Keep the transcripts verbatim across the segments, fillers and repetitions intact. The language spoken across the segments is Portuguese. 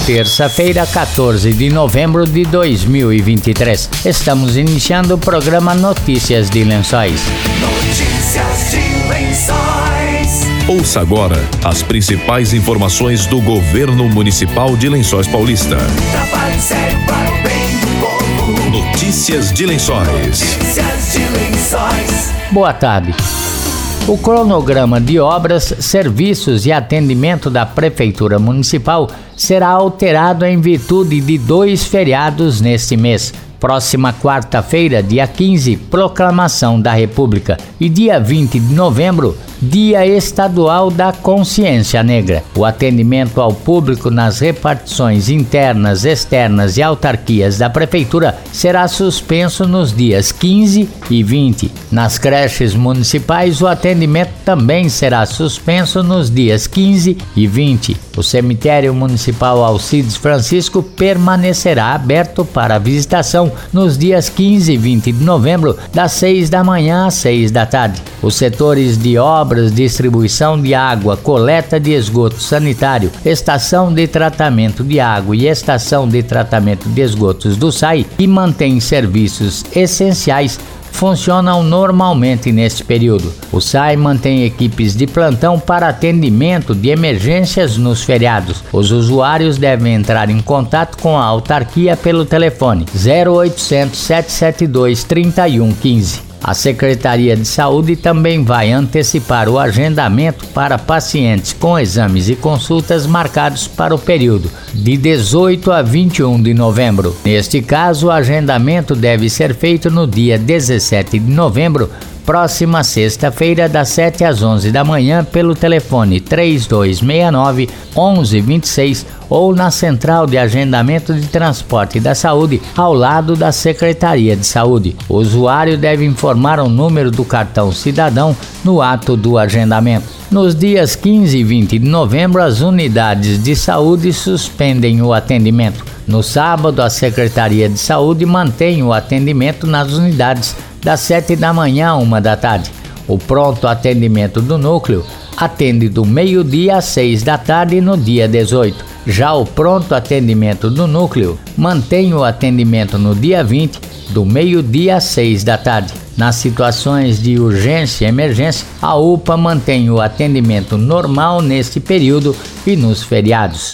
terça-feira, quatorze de novembro de dois mil e vinte e três. Estamos iniciando o programa Notícias de Lençóis. Notícias de Lençóis. Ouça agora as principais informações do governo municipal de Lençóis Paulista. Trabalho sério para o bem do povo. Notícias de Lençóis. Notícias de Lençóis. Boa tarde. O cronograma de obras, serviços e atendimento da Prefeitura Municipal será alterado em virtude de dois feriados neste mês. Próxima quarta-feira, dia quinze, Proclamação da República, e dia vinte de novembro, Dia Estadual da Consciência Negra. O atendimento ao público nas repartições internas, externas e autarquias da Prefeitura será suspenso nos dias quinze e vinte. Nas creches municipais, o atendimento também será suspenso nos dias quinze e vinte. O cemitério municipal Alcides Francisco permanecerá aberto para visitação nos dias quinze e vinte de novembro, das seis da manhã às seis da tarde. Os setores de obras, distribuição de água, coleta de esgoto sanitário, estação de tratamento de água e estação de tratamento de esgotos do S A I, que mantém serviços essenciais, funcionam normalmente neste período. O S A I mantém equipes de plantão para atendimento de emergências nos feriados. Os usuários devem entrar em contato com a autarquia pelo telefone zero oitocentos, sete sete dois, três um um cinco. A Secretaria de Saúde também vai antecipar o agendamento para pacientes com exames e consultas marcados para o período de dezoito a vinte e um de novembro. Neste caso, o agendamento deve ser feito no dia dezessete de novembro, próxima sexta-feira, das sete às onze da manhã, pelo telefone três dois seis nove, onze vinte e seis ou na Central de Agendamento de Transporte da Saúde, ao lado da Secretaria de Saúde. O usuário deve informar o número do cartão cidadão no ato do agendamento. Nos dias quinze e vinte de novembro, as unidades de saúde suspendem o atendimento. No sábado, a Secretaria de Saúde mantém o atendimento nas unidades das sete da manhã à uma da tarde. O pronto atendimento do núcleo atende do meio-dia às seis da tarde no dia dezoito. Já o pronto atendimento do núcleo mantém o atendimento no dia vinte, do meio-dia às seis da tarde. Nas situações de urgência e emergência, a U P A mantém o atendimento normal neste período e nos feriados.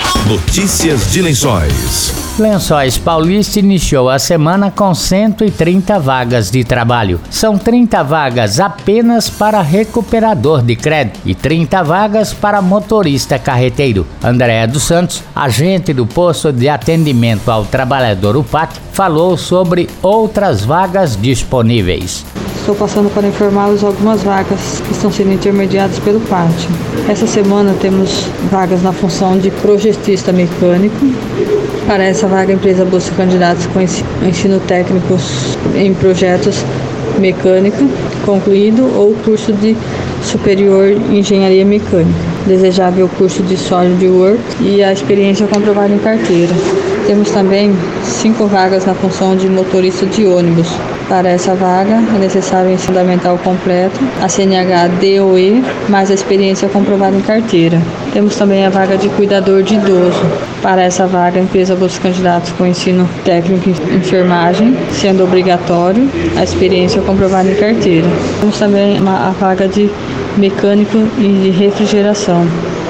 Notícias de Lençóis. Lençóis Paulista iniciou a semana com cento e trinta vagas de trabalho. São trinta vagas apenas para recuperador de crédito e trinta vagas para motorista carreteiro. Andréa dos Santos, agente do posto de atendimento ao trabalhador U P A C, falou sobre outras vagas disponíveis. Estou passando para informá-los algumas vagas que estão sendo intermediadas pelo pátio. Essa semana temos vagas na função de projetista mecânico. Para essa vaga, a empresa busca candidatos com ensino técnico em projetos mecânica concluído ou curso de superior em engenharia mecânica. Desejável o curso de SolidWorks e a experiência comprovada em carteira. Temos também cinco vagas na função de motorista de ônibus. Para essa vaga, é necessário o ensino fundamental completo, a C N H D ou E, mais a experiência comprovada em carteira. Temos também a vaga de cuidador de idoso. Para essa vaga, a empresa busca candidatos com ensino técnico em enfermagem, sendo obrigatório a experiência comprovada em carteira. Temos também uma, a vaga de mecânico e de refrigeração.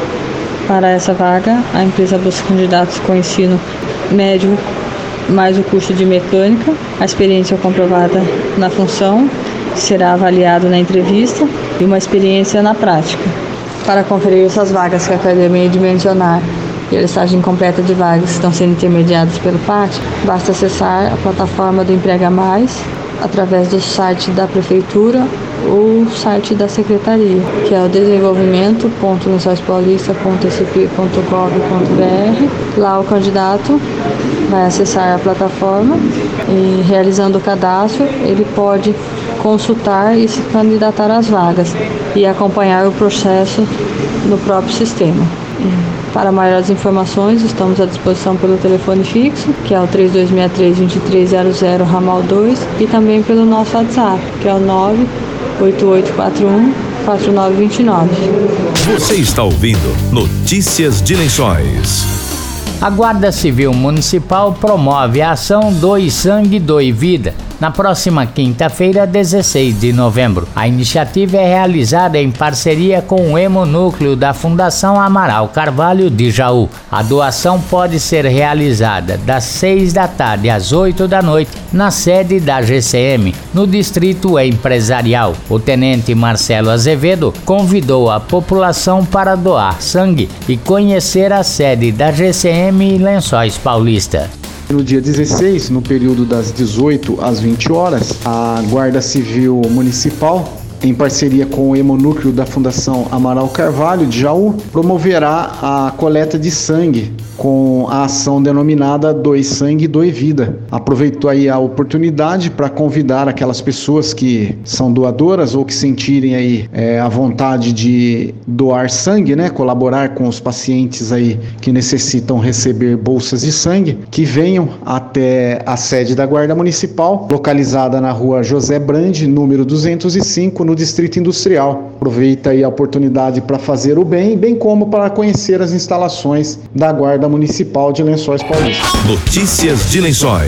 Para essa vaga, a empresa busca candidatos com ensino médio mais o curso de mecânica, a experiência comprovada na função, será avaliado na entrevista e uma experiência na prática. Para conferir essas vagas que acabei de mencionar e a listagem completa de vagas que estão sendo intermediadas pelo pátio, basta acessar a plataforma do Emprega Mais através do site da Prefeitura ou o site da Secretaria, que é o desenvolvimento ponto lençóis paulista ponto s p ponto gov ponto b r. Lá o candidato vai acessar a plataforma e, realizando o cadastro, ele pode consultar e se candidatar às vagas e acompanhar o processo no próprio sistema. Para maiores informações, estamos à disposição pelo telefone fixo, que é o três dois seis três, dois três zero zero, ramal dois, e também pelo nosso WhatsApp, que é o nove oito oito quatro um, quatro nove dois nove. Você está ouvindo Notícias de Lençóis. A Guarda Civil Municipal promove a ação Doe Sangue, Doe Vida na próxima quinta-feira, dezesseis de novembro. A iniciativa é realizada em parceria com o Hemonúcleo da Fundação Amaral Carvalho de Jaú. A doação pode ser realizada das seis da tarde às oito da noite na sede da G C M, no Distrito Empresarial. O tenente Marcelo Azevedo convidou a população para doar sangue e conhecer a sede da G C M em Lençóis Paulista. No dia dezesseis, no período das dezoito às vinte horas, a Guarda Civil Municipal, em parceria com o Hemonúcleo da Fundação Amaral Carvalho de Jaú, promoverá a coleta de sangue com a ação denominada Doe Sangue, Doe Vida. Aproveitou aí a oportunidade para convidar aquelas pessoas que são doadoras ou que sentirem aí é, a vontade de doar sangue, né, colaborar com os pacientes aí que necessitam receber bolsas de sangue, que venham até a sede da Guarda Municipal, localizada na rua José Brande, número duzentos e cinco, no Distrito Industrial. Aproveita aí a oportunidade para fazer o bem, bem como para conhecer as instalações da Guarda Municipal de Lençóis Paulista. Notícias de Lençóis.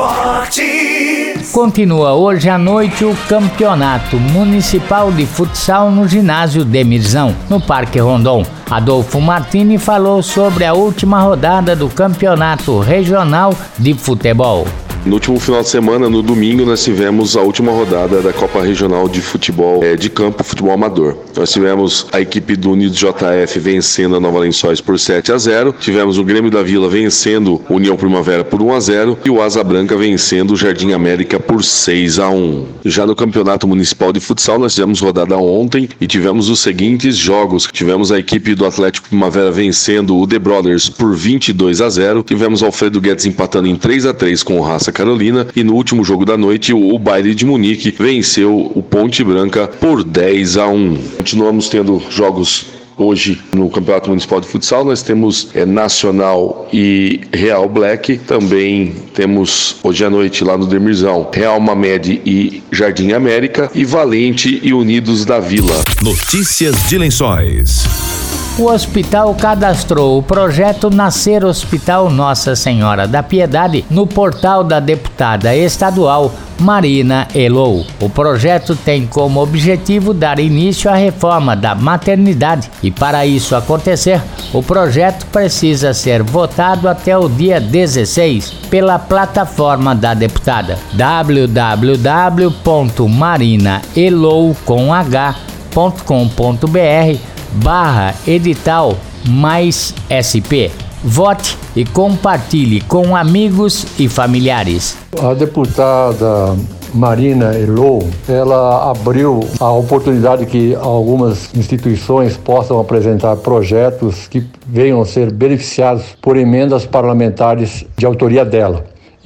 Esportes. Continua hoje à noite o Campeonato Municipal de Futsal no ginásio Demirzão, no Parque Rondon. Adolfo Martini falou sobre a última rodada do Campeonato Regional de Futebol. No último final de semana, no domingo, nós tivemos a última rodada da Copa Regional de Futebol é, de Campo, Futebol Amador. Nós tivemos a equipe do Unidos J F vencendo a Nova Lençóis por sete a zero, tivemos o Grêmio da Vila vencendo o União Primavera por um a zero e o Asa Branca vencendo o Jardim América por seis a um. Já no Campeonato Municipal de Futsal, nós tivemos rodada ontem e tivemos os seguintes jogos. Tivemos a equipe do Atlético Primavera vencendo o The Brothers por vinte e dois a zero, tivemos o Alfredo Guedes empatando em três a três com o Raça Carolina e no último jogo da noite o, o Baile de Munique venceu o Ponte Branca por dez a um. Continuamos tendo jogos hoje no Campeonato Municipal de Futsal. Nós temos é, Nacional e Real Black. Também temos hoje à noite lá no Demirzão Real Mamed e Jardim América e Valente e Unidos da Vila. Notícias de Lençóis. O hospital cadastrou o projeto Nascer Hospital Nossa Senhora da Piedade no portal da deputada estadual Marina Elou. O projeto tem como objetivo dar início à reforma da maternidade e, para isso acontecer, o projeto precisa ser votado até o dia dezesseis pela plataforma da deputada w w w ponto marina elou com h ponto com ponto b r barra edital mais S P. Vote e compartilhe com amigos e familiares. A deputada Marina Elou, ela abriu a oportunidade que algumas instituições possam apresentar projetos que venham a ser beneficiados por emendas parlamentares de autoria dela.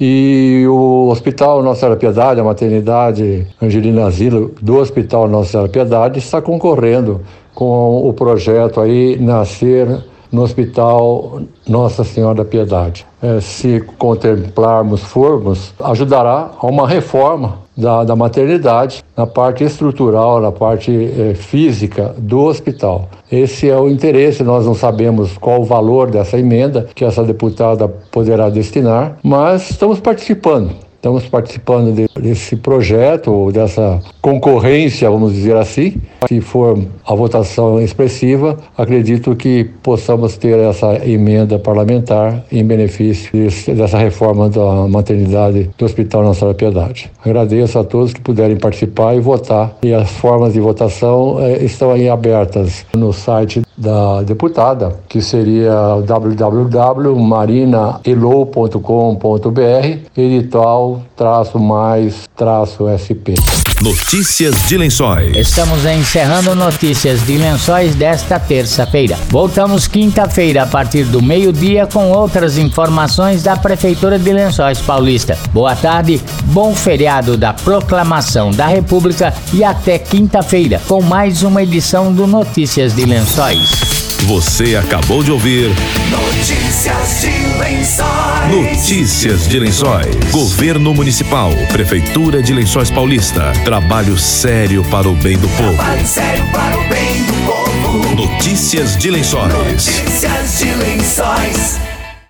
E o Hospital Nossa Senhora da Piedade, a maternidade Angelina Asilo do Hospital Nossa Senhora da Piedade está concorrendo com o projeto aí Nascer no Hospital Nossa Senhora da Piedade. É, se contemplarmos, formos, ajudará a uma reforma da, da maternidade na parte estrutural, na parte é, física do hospital. Esse é o interesse. Nós não sabemos qual o valor dessa emenda que essa deputada poderá destinar, mas estamos participando. Estamos participando de, desse projeto, ou dessa concorrência, vamos dizer assim. Se for a votação expressiva, acredito que possamos ter essa emenda parlamentar em benefício desse, dessa reforma da maternidade do Hospital Nossa Senhora da Piedade. Agradeço a todos que puderem participar e votar. E as formas de votação eh, estão aí abertas no site da deputada, que seria w w w ponto marina elou ponto com ponto b r, edital traço mais traço S P. Notícias de Lençóis. Estamos encerrando Notícias de Lençóis desta terça-feira. Voltamos quinta-feira a partir do meio-dia com outras informações da Prefeitura de Lençóis Paulista. Boa tarde, bom feriado da Proclamação da República e até quinta-feira com mais uma edição do Notícias de Lençóis. Você acabou de ouvir Notícias de Lençóis. Notícias de Lençóis. Governo Municipal, Prefeitura de Lençóis Paulista. Trabalho sério para o bem do povo. Trabalho sério para o bem do povo. Notícias de Lençóis. Notícias de Lençóis.